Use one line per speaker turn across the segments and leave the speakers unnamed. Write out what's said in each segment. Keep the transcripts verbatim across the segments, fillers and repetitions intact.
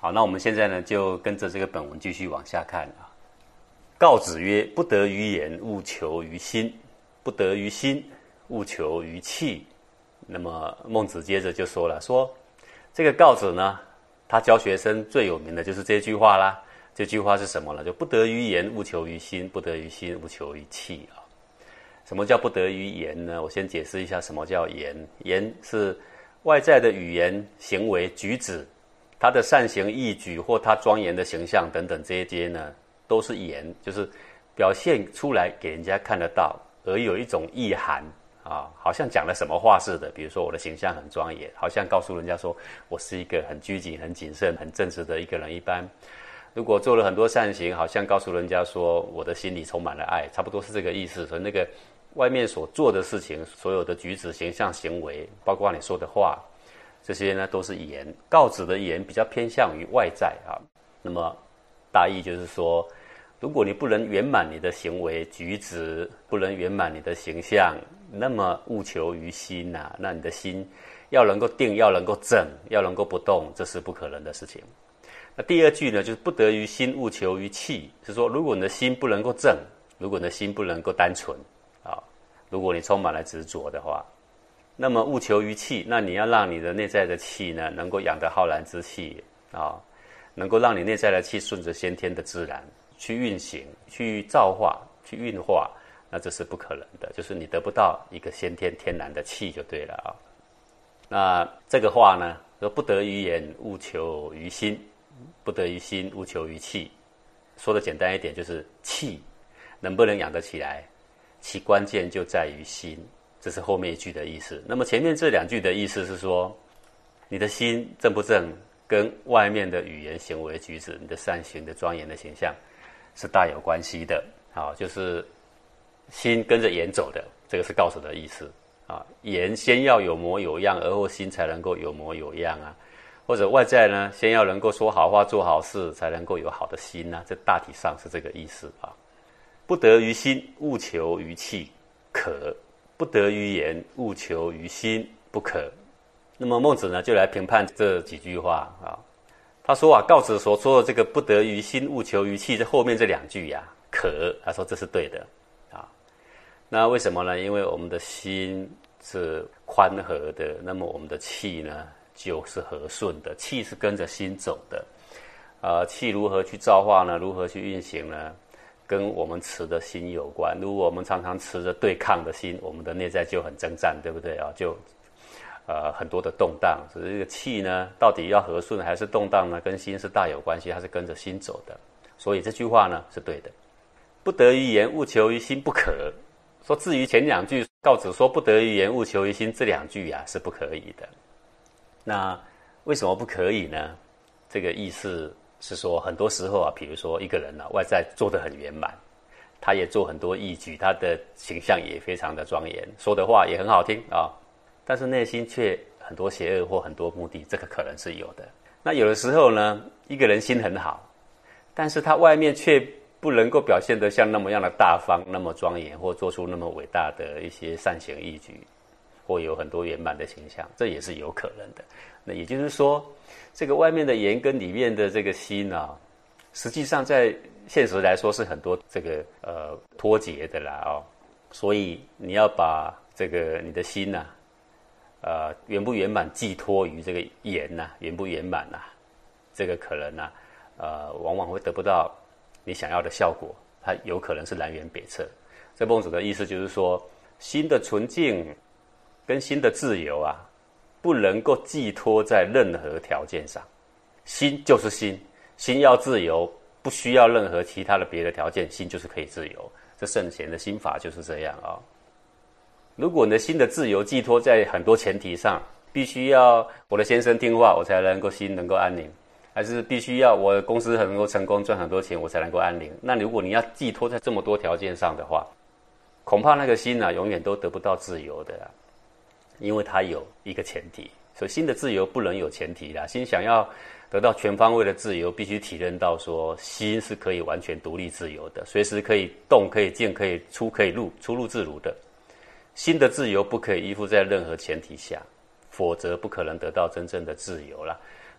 好，那我们现在呢，就跟着这个本文继续往下看啊。告子曰：不得于言，勿求于心；不得于心，勿求于器。那么孟子接着就说了，说这个告子呢，他教学生最有名的就是这句话啦。这句话是什么呢？就不得于言，勿求于心；不得于心，勿求于器啊。什么叫不得于言呢？我先解释一下什么叫言。言是外在的语言、行为、举止，他的善行义举或他庄严的形象等等，这些呢都是言，就是表现出来给人家看得到，而有一种意涵啊，好像讲了什么话似的。比如说我的形象很庄严，好像告诉人家说我是一个很拘谨、很谨慎、很正直的一个人一般。如果做了很多善行，好像告诉人家说我的心里充满了爱，差不多是这个意思。所以那个外面所做的事情，所有的举止、形象、行为，包括你说的话，这些呢都是言。告子的言比较偏向于外在啊。那么大意就是说，如果你不能圆满你的行为举止，不能圆满你的形象，那么勿求于心啊，那你的心要能够定，要能够正，要能够不动，这是不可能的事情。那第二句呢，就是不得于心，勿求于器，是说如果你的心不能够正，如果你的心不能够单纯啊，如果你充满了执着的话，那么勿求于器，那你要让你的内在的气呢，能够养得浩然之气啊，能够让你内在的气顺着先天的自然去运行、去造化、去运化，那这是不可能的，就是你得不到一个先天天然的气就对了啊。那这个话呢，说不得于言，勿求于心；不得于心，勿求于器。说的简单一点，就是气能不能养得起来，其关键就在于心。这是后面一句的意思。那么前面这两句的意思是说，你的心正不正，跟外面的语言、行为、举止，你的善行的庄严的形象是大有关系的。好，就是心跟着言走的，这个是告诉的意思啊。言先要有模有样，而后心才能够有模有样啊。或者外在呢，先要能够说好话、做好事，才能够有好的心啊。这大体上是这个意思啊。不得于心，勿求于器，可；不得于言，勿求于心，不可。那么孟子呢，就来评判这几句话啊。他说啊，告子所说的这个不得于心，勿求于器，这后面这两句呀、啊，可，他说这是对的啊。那为什么呢？因为我们的心是宽和的，那么我们的气呢，就是和顺的。气是跟着心走的，呃，气如何去造化呢？如何去运行呢？跟我们持的心有关。如果我们常常持着对抗的心，我们的内在就很征战，对不对啊？就呃很多的动荡。所以这个气呢，到底要和顺还是动荡呢？跟心是大有关系，它是跟着心走的。所以这句话呢是对的。不得于言，勿求于心，不可。说至于前两句，告子说不得于言，勿求于心，这两句啊是不可以的。那为什么不可以呢？这个意思是说，很多时候啊，比如说一个人啊，外在做得很圆满，他也做很多义举，他的形象也非常的庄严，说的话也很好听啊，但是内心却很多邪恶或很多目的，这个可能是有的。那有的时候呢，一个人心很好，但是他外面却不能够表现得像那么样的大方，那么庄严，或做出那么伟大的一些善行义举，或有很多圆满的形象，这也是有可能的。那也就是说，这个外面的言跟里面的这个心啊，实际上在现实来说是很多这个呃脱节的啦哦。所以你要把这个你的心呐、啊，呃圆不圆满寄托于这个言呐、啊，圆不圆满呐、啊，这个可能啊，呃往往会得不到你想要的效果，它有可能是南辕北辙。这孟子的意思就是说，心的纯净跟心的自由啊，不能够寄托在任何条件上。心就是心，心要自由，不需要任何其他的别的条件，心就是可以自由。这圣贤的心法就是这样啊、哦。如果你的心的自由寄托在很多前提上，必须要我的先生听话，我才能够心能够安宁，还是必须要我的公司很能够成功赚很多钱，我才能够安宁。那如果你要寄托在这么多条件上的话，恐怕那个心啊，永远都得不到自由的啊。因为它有一个前提，所以心的自由不能有前提啦。心想要得到全方位的自由，必须体认到说，心是可以完全独立自由的，随时可以动、可以静、可以出、可以入，出入自如的。心的自由不可以依附在任何前提下，否则不可能得到真正的自由啦。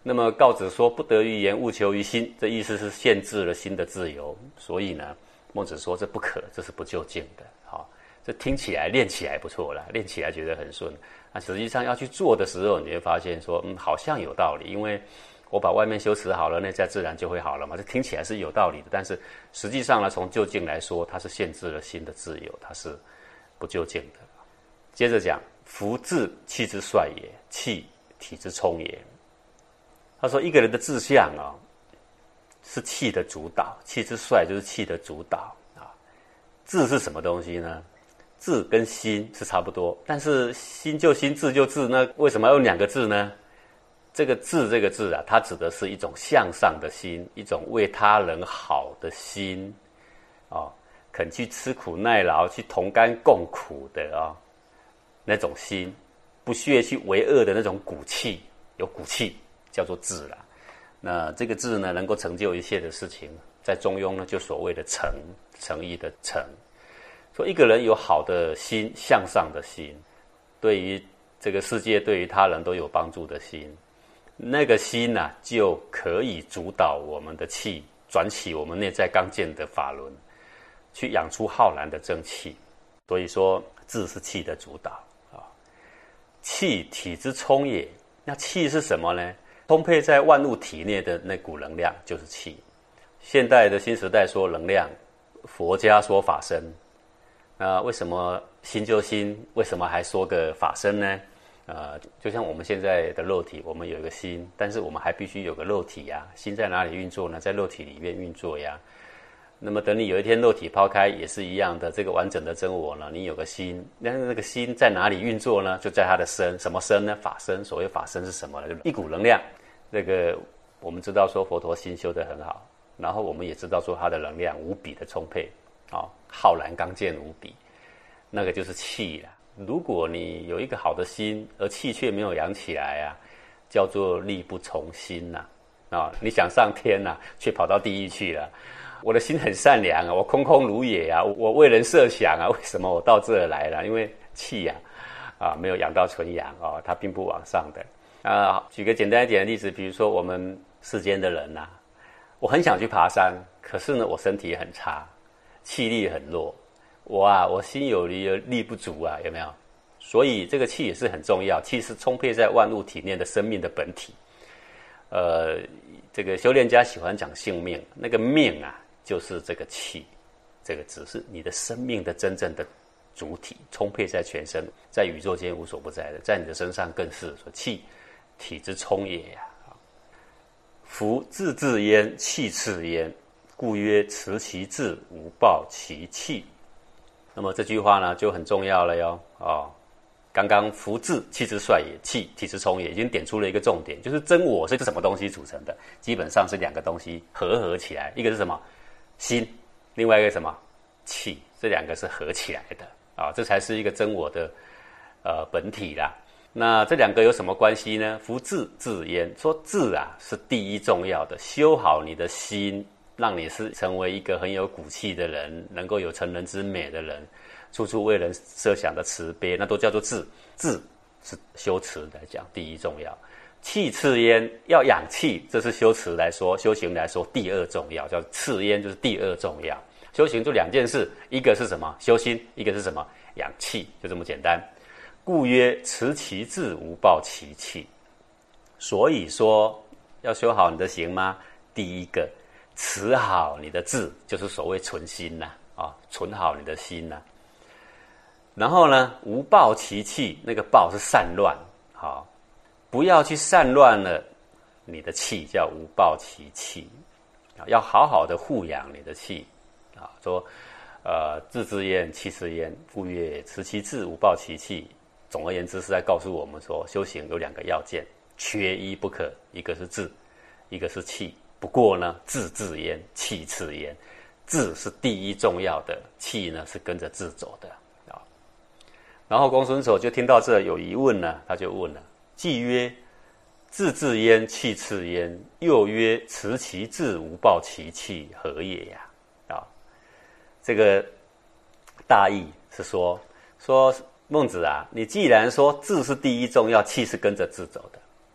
那么告子说不得于言，务求于心，这意思是限制了心的自由。所以呢，孟子说这不可，这是不究竟的。好，这听起来练起来不错啦，练起来觉得很顺。那实际上要去做的时候，你会发现说，嗯，好像有道理，因为我把外面修持好了，内在自然就会好了嘛。这听起来是有道理的，但是实际上呢，从究竟来说，它是限制了心的自由，它是不究竟的。接着讲，夫志气之帅也，气体之冲也。他说，一个人的志向啊、哦，是气的主导，气之帅就是气的主导啊。志是什么东西呢？志跟心是差不多，但是心就心，志就志，那为什么要用两个字呢？这个志这个字啊，它指的是一种向上的心，一种为他人好的心，哦，肯去吃苦耐劳，去同甘共苦的啊、哦，那种心，不屑去为恶的那种骨气，有骨气叫做志啦。那这个志呢，能够成就一切的事情，在中庸呢，就所谓的诚，诚意的诚。说一个人有好的心，向上的心，对于这个世界，对于他人都有帮助的心，那个心啊，就可以主导我们的气，转起我们内在刚健的法轮，去养出浩然的正气。所以说，志是气的主导啊。气体之冲也，那气是什么呢？充沛在万物体内的那股能量就是气。现代的新时代说能量，佛家说法身。那为什么心就心？为什么还说个法身呢？呃，就像我们现在的肉体，我们有一个心，但是我们还必须有个肉体呀。心在哪里运作呢？在肉体里面运作呀。那么等你有一天肉体抛开，也是一样的。这个完整的真我呢，你有个心，那那个心在哪里运作呢？就在它的身。什么身呢？法身。所谓法身是什么呢？就一股能量。这个我们知道说佛陀心修得很好，然后我们也知道说他的能量无比的充沛。哦，浩然刚健无比，那个就是气啦。如果你有一个好的心，而气却没有养起来啊，叫做力不从心呐。啊、哦，你想上天呐、啊，却跑到地狱去了。我的心很善良啊，我空空如也啊，我为人设想啊，为什么我到这儿来了？因为气呀、啊，啊，没有养到纯阳啊、哦，它并不往上的。啊，举个简单一点的例子，比如说我们世间的人呐、啊，我很想去爬山，可是呢，我身体很差。气力很弱，我啊，我心有余而力不足啊，有没有？所以这个气也是很重要，气是充沛在万物体内的生命的本体。呃，这个修炼家喜欢讲性命，那个命啊，就是这个气，这个只是你的生命的真正的主体，充沛在全身，在宇宙间无所不在的，在你的身上更是说气体之冲也呀、啊。夫志志焉，气次焉。故曰：持其志，无暴其气。那么这句话呢，就很重要了哟。哦，刚刚夫志，气之帅也，气体之冲也，已经点出了一个重点，就是真我是什么东西组成的？基本上是两个东西合合起来，一个是什么？心，另外一个什么？气，这两个是合起来的啊、哦，这才是一个真我的呃本体啦。那这两个有什么关系呢？夫志志焉，说志啊是第一重要的，修好你的心。让你是成为一个很有骨气的人，能够有成人之美的人，处处为人设想的慈悲，那都叫做志。志是修持来讲第一重要，气次焉，要养气，这是修持来说，修行来说第二重要，叫次焉，就是第二重要。修行就两件事，一个是什么？修心，一个是什么？养气，就这么简单。故曰：持其志，无暴其气。所以说，要修好你的行吗？第一个。持好你的志，就是所谓存心呐、啊，啊，存好你的心呐、啊。然后呢，无暴其气，那个暴是散乱，好、啊，不要去散乱了你的气，叫无暴其气，啊，要好好的护养你的气，啊，说，呃，志之焉，气之焉，故曰：持其志，无暴其气。总而言之，是在告诉我们说，修行有两个要件，缺一不可，一个是志，一个是气。不过呢，志志焉，气次焉。志是第一重要的，气呢是跟着志走的啊。然后公孙丑就听到这有疑问呢，他就问了：既曰志志焉，气次焉，又曰持其志，无暴其气，何也呀？啊，这个大意是说说孟子啊，你既然说志是第一重要，气是跟着志走的，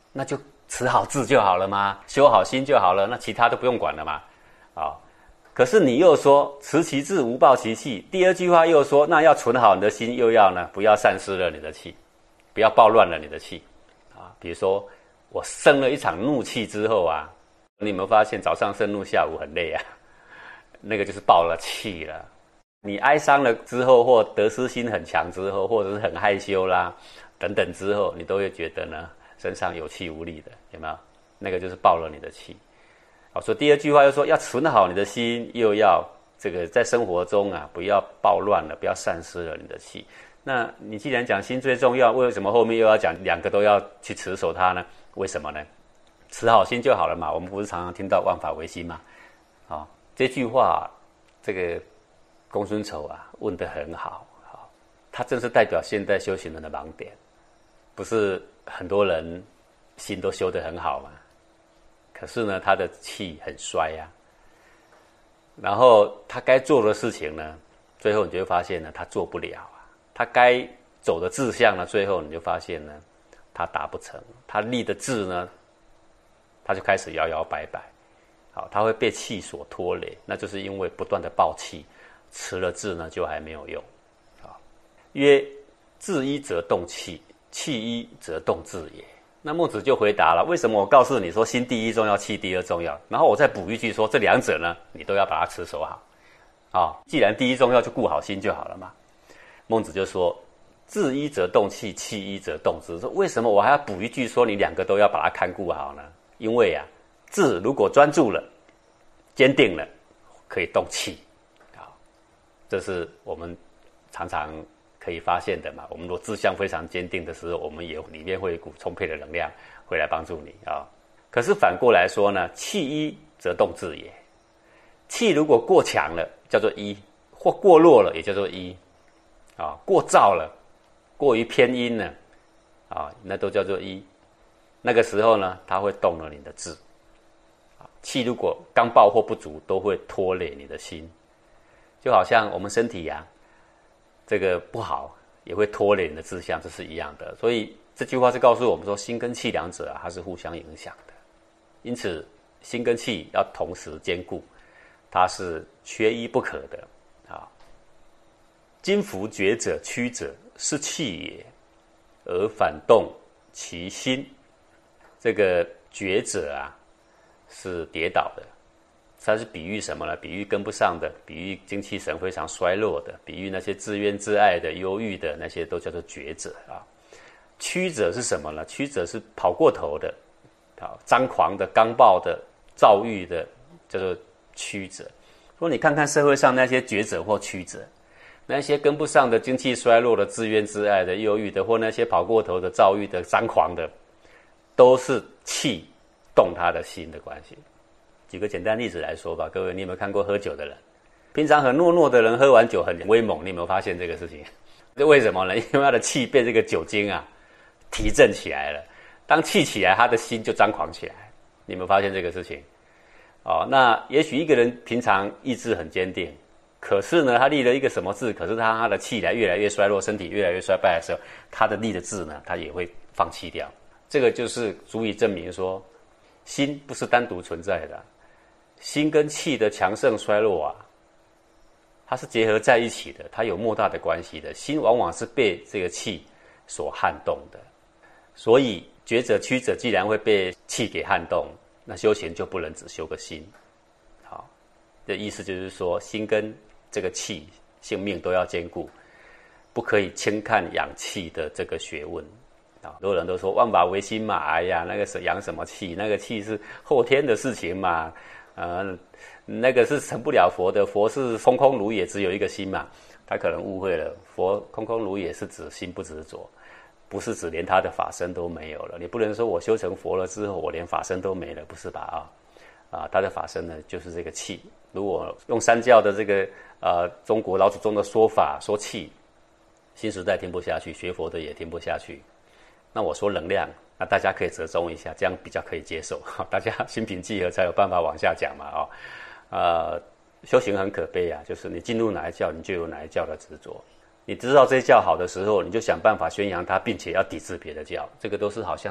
那就持好志就好了吗？修好心就好了，那其他都不用管了嘛。啊、哦，可是你又说持其志，无暴其气。第二句话又说，那要存好你的心，又要呢不要散失了你的气，不要暴乱了你的气。啊，比如说我生了一场怒气之后啊，你有没有发现早上盛怒，下午很累啊？那个就是爆了气了。你哀伤了之后，或得失心很强之后，或者是很害羞啦等等之后，你都会觉得呢身上有气无力的，有没有？那个就是爆了你的气。好，所以第二句话又说要存好你的心，又要这个在生活中啊不要暴乱了，不要散失了你的气。那你既然讲心最重要，为什么后面又要讲两个都要去持守它呢？为什么呢？持好心就好了嘛。我们不是常常听到万法唯心嘛？啊、哦，这句话这个公孙丑啊问得很好，好，他正是代表现代修行人的盲点。不是很多人心都修得很好嘛，可是呢他的气很衰啊，然后他该做的事情呢，最后你就会发现呢他做不了啊，他该走的志向呢，最后你就发现呢他达不成，他立的志呢他就开始摇摇摆摆。好，他会被气所拖累，那就是因为不断的爆气，持了志呢就还没有用。好，曰志一则动气，气一则动志也。那孟子就回答了，为什么我告诉你说心第一重要，气第二重要，然后我再补一句说这两者呢你都要把它持守好。啊，既然第一重要就顾好心就好了嘛。孟子就说志一则动气，气一则动志。说为什么我还要补一句说你两个都要把它看顾好呢？因为啊志如果专注了，坚定了，可以动气。好，这是我们常常可以发现的嘛。我们如果志向非常坚定的时候，我们也里面会有一股充沛的能量会来帮助你啊。可是反过来说呢，气一则动志也。气如果过强了叫做一，或过弱了也叫做一啊，过躁了，过于偏阴了啊，那都叫做一。那个时候呢它会动了你的志。气如果刚暴或不足，都会拖累你的心，就好像我们身体呀、啊，这个不好也会拖累你的志向，这是一样的。所以这句话是告诉我们说，心跟气两者啊，它是互相影响的。因此，心跟气要同时兼顾，它是缺一不可的啊。今夫厥者、曲者，是气也，而反动其心。这个厥者啊。是跌倒的，它是比喻什么呢？比喻跟不上的，比喻精气神非常衰弱的，比喻那些自怨自艾的、忧郁的那些都叫做厥者啊。曲者是什么呢？曲者是跑过头的，啊，张狂的、刚暴的、躁郁的，叫做曲者。说你看看社会上那些厥者或曲者，那些跟不上的、精气衰弱的、自怨自艾的、忧郁的，或那些跑过头的、躁郁的、张狂的，都是气动他的心的关系。举个简单例子来说吧，各位，你有没有看过喝酒的人？平常很懦弱的人，喝完酒很威猛，你有没有发现这个事情？这为什么呢？因为他的气被这个酒精啊提振起来了。当气起来，他的心就张狂起来。你有没有发现这个事情？哦，那也许一个人平常意志很坚定，可是呢，他立了一个什么志，可是他他的气来越来越衰弱，身体越来越衰败的时候，他的立的志呢，他也会放弃掉。这个就是足以证明说，心不是单独存在的，心跟气的强盛衰弱啊，它是结合在一起的，它有莫大的关系的。心往往是被这个气所撼动的，所以厥者、曲者既然会被气给撼动，那修行就不能只修个心。好，的意思就是说，心跟这个气、性命都要兼顾，不可以轻看养气的这个学问。很多人都说万法唯心嘛，哎呀，那个是养什么气？那个气是后天的事情嘛，呃，那个是成不了佛的，佛是空空如也，只有一个心嘛。他可能误会了，佛空空如也是指心不执着，不是指连他的法身都没有了。你不能说我修成佛了之后，我连法身都没了，不是吧？啊，啊，他的法身呢，就是这个气。如果用三教的这个呃中国老祖宗的说法说气，新时代听不下去，学佛的也听不下去。那我说能量，那大家可以折中一下，这样比较可以接受，大家心平气和才有办法往下讲嘛。哦，呃，修行很可悲啊，就是你进入哪一教，你就有哪一教的执着。你知道这一教好的时候，你就想办法宣扬它，并且要抵制别的教，这个都是好像是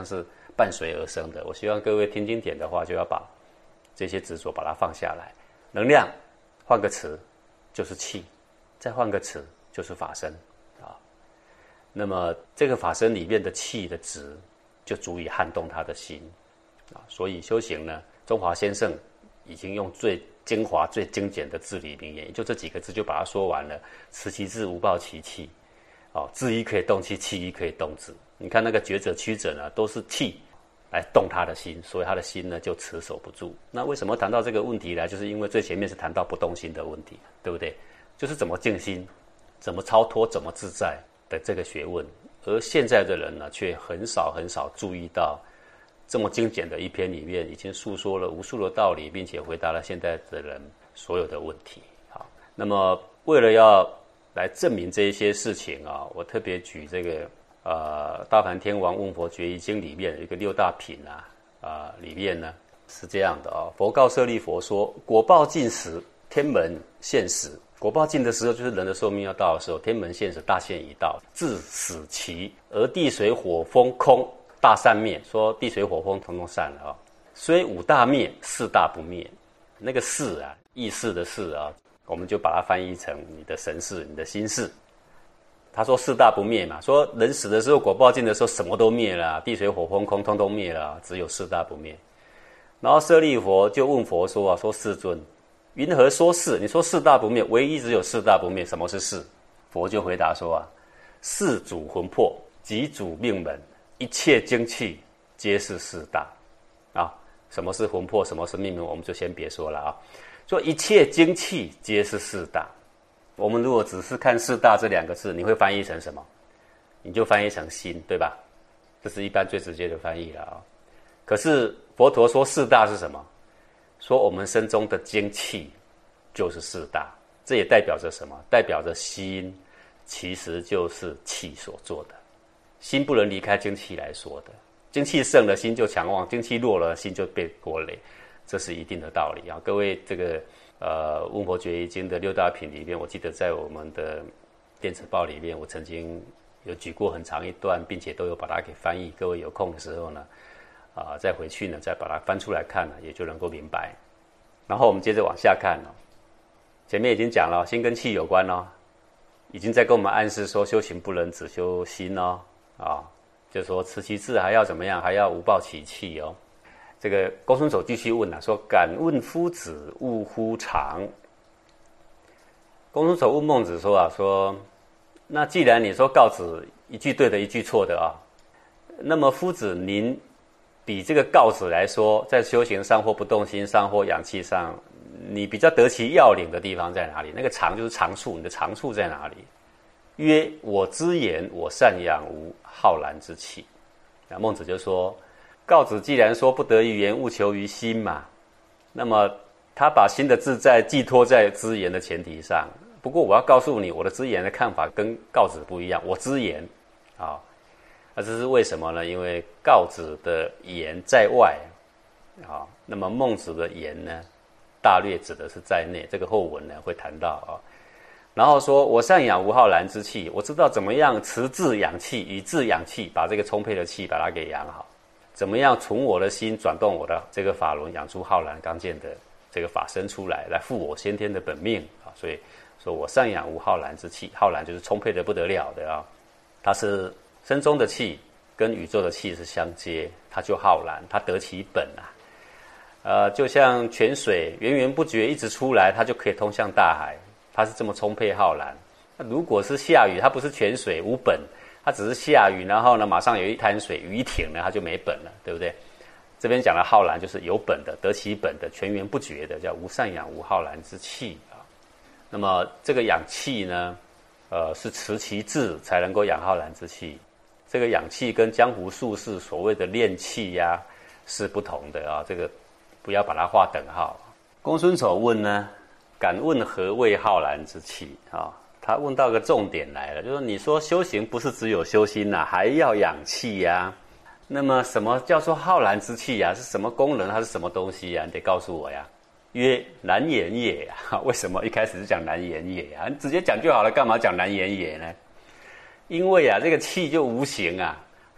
伴随而生的。我希望各位听经典的话，就要把这些执着把它放下来。能量，换个词就是气，再换个词就是法身啊。那么这个法身里面的气的值，就足以撼动他的心啊。所以修行呢，中华先生已经用最精华、最精简的至理名言，也就这几个字就把它说完了。持其志，无暴其气。哦，志一可以动气，气一可以动志。你看那个觉者、曲者呢，都是气来动他的心，所以他的心呢就持守不住。那为什么谈到这个问题呢？就是因为最前面是谈到不动心的问题，对不对？就是怎么静心，怎么超脱，怎么自在的这个学问。而现在的人呢，却很少很少注意到这么精简的一篇里面，已经诉说了无数的道理，并且回答了现在的人所有的问题。好，那么为了要来证明这一些事情啊，我特别举这个呃《大梵天王问佛决疑经》里面有一个六大品啊，啊、呃、里面呢是这样的啊、哦，佛告舍利佛说：果报尽时，天门现时。果报尽的时候，就是人的寿命要到的时候，天门现时，大限已到，自死期，而地水火风空，大散灭。说地水火风统统散了啊、哦，虽五大灭，四大不灭。那个四啊，意识的四啊。我们就把它翻译成你的神识、你的心识。他说四大不灭嘛，说人死的时候，果报尽的时候，什么都灭了、啊，地水火风空通通灭了、啊，只有四大不灭。然后舍利佛就问佛说啊，说世尊，云何说四？你说四大不灭，唯一只有四大不灭，什么是四？佛就回答说啊，四主魂魄，即主命门，一切精气皆是四大。啊，什么是魂魄？什么是命门？我们就先别说了啊。说一切精气皆是四大，我们如果只是看四大这两个字，你会翻译成什么？你就翻译成心，对吧？这是一般最直接的翻译了啊、哦。可是佛陀说四大是什么？说我们身中的精气就是四大，这也代表着什么？代表着心其实就是气所做的，心不能离开精气来说的。精气盛了，心就强旺；精气弱了，心就被拖累。这是一定的道理啊！各位，这个呃《问佛决疑经》的六大品里面，我记得在我们的电子报里面，我曾经有举过很长一段，并且都有把它给翻译。各位有空的时候呢，啊、呃，再回去呢，再把它翻出来看呢，也就能够明白。然后我们接着往下看哦，前面已经讲了，心跟气有关哦，已经在跟我们暗示说，修行不能只修心哦，啊，就是说持其志还要怎么样，还要无暴其气哦。这个公孙丑继续问啊，说：“敢问夫子，悟乎常？”公孙丑问孟子说啊，说：“那既然你说告子一句对的，一句错的啊，那么夫子您比这个告子来说，在修行上或不动心上或养气上，你比较得其要领的地方在哪里？那个长就是长处，你的长处在哪里？”曰：“我知言，我善养无浩然之气。”那孟子就说，告子既然说不得于言，务求于心嘛，那么他把心的自在寄托在知言的前提上。不过我要告诉你，我的知言的看法跟告子不一样。我知言啊，那这是为什么呢？因为告子的言在外啊，那么孟子的言呢，大略指的是在内。这个后文呢会谈到啊。然后说，我善养无浩然之气，我知道怎么样持志养气，以志养气，把这个充沛的气把它给养好。怎么样从我的心转动我的这个法轮，养出浩然刚健的这个法身出来，来负我先天的本命啊！所以说我善养无浩然之气，浩然就是充沛的不得了的啊！它是身中的气跟宇宙的气是相接，它就浩然，它得其本啊！呃，就像泉水源源不绝一直出来，它就可以通向大海，它是这么充沛浩然。那如果是下雨，它不是泉水无本。它只是下雨，然后呢，马上有一滩水，雨一停了，它就没本了，对不对？这边讲的浩然就是有本的、得其本的、泉源不绝的，叫无善养无浩然之气啊。那么这个养气呢，呃，是持其志才能够养浩然之气。这个养气跟江湖术士所谓的练气呀、啊、是不同的啊，这个不要把它画等号。公孙丑问呢，敢问何谓浩然之气啊？他问到个重点来了，就是说你说修行不是只有修心啊，还要养气呀。那么什么叫做浩然之气呀？是什么功能？它是什么东西呀？你得告诉我呀。曰：难言也呀。为什么一开始是讲难言也呀？你直接讲就好了，干嘛讲难言也呢？因为啊，这个气就无形啊，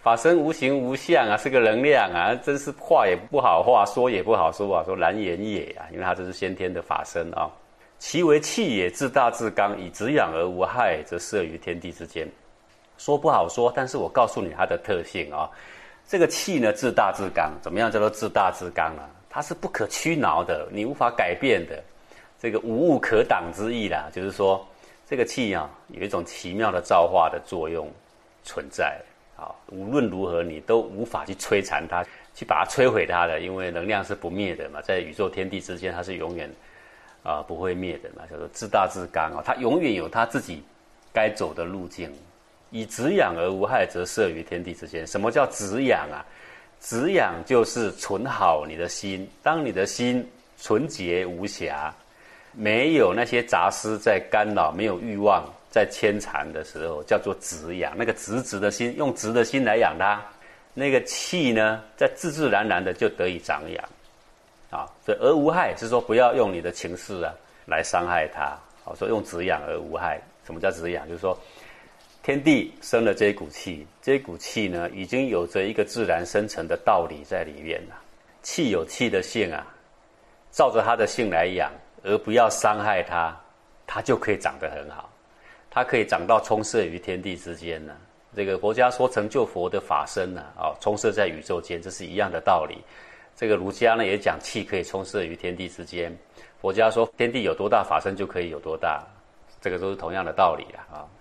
法身无形无相啊，是个能量啊，真是话也不好话，说也不好说啊，说难言也啊，因为它这是先天的法身啊。其为气也，自大自刚，以止养而无害，则摄于天地之间。说不好说，但是我告诉你它的特性啊。这个气呢，自大自刚，怎么样叫做自大自刚呢？它是不可屈挠的，你无法改变的，这个无物可挡之意啦，就是说这个气啊，有一种奇妙的造化的作用存在。啊，无论如何你都无法去摧残它，去把它摧毁它的，因为能量是不灭的嘛，在宇宙天地之间，它是永远啊、呃、不会灭的嘛，叫做自大自刚啊，它永远有它自己该走的路径。以止养而无害，则摄于天地之间。什么叫止养啊？止养就是存好你的心，当你的心纯洁无瑕，没有那些杂思在干扰，没有欲望在牵缠的时候，叫做止养。那个直直的心，用直的心来养它，那个气呢，在自自然然的就得以长养啊。所以而无害是说不要用你的情势啊来伤害它。好，说用止养而无害。什么叫止养？就是说天地生了这一股气，这一股气呢，已经有着一个自然生成的道理在里面了。气有气的性啊，照着它的性来养，而不要伤害它，它就可以长得很好。它可以长到充塞于天地之间呢。这个佛家说成就佛的法身呢，啊，充塞在宇宙间，这是一样的道理。这个儒家呢也讲气可以充塞于天地之间，佛家说天地有多大，法身就可以有多大，这个都是同样的道理啊。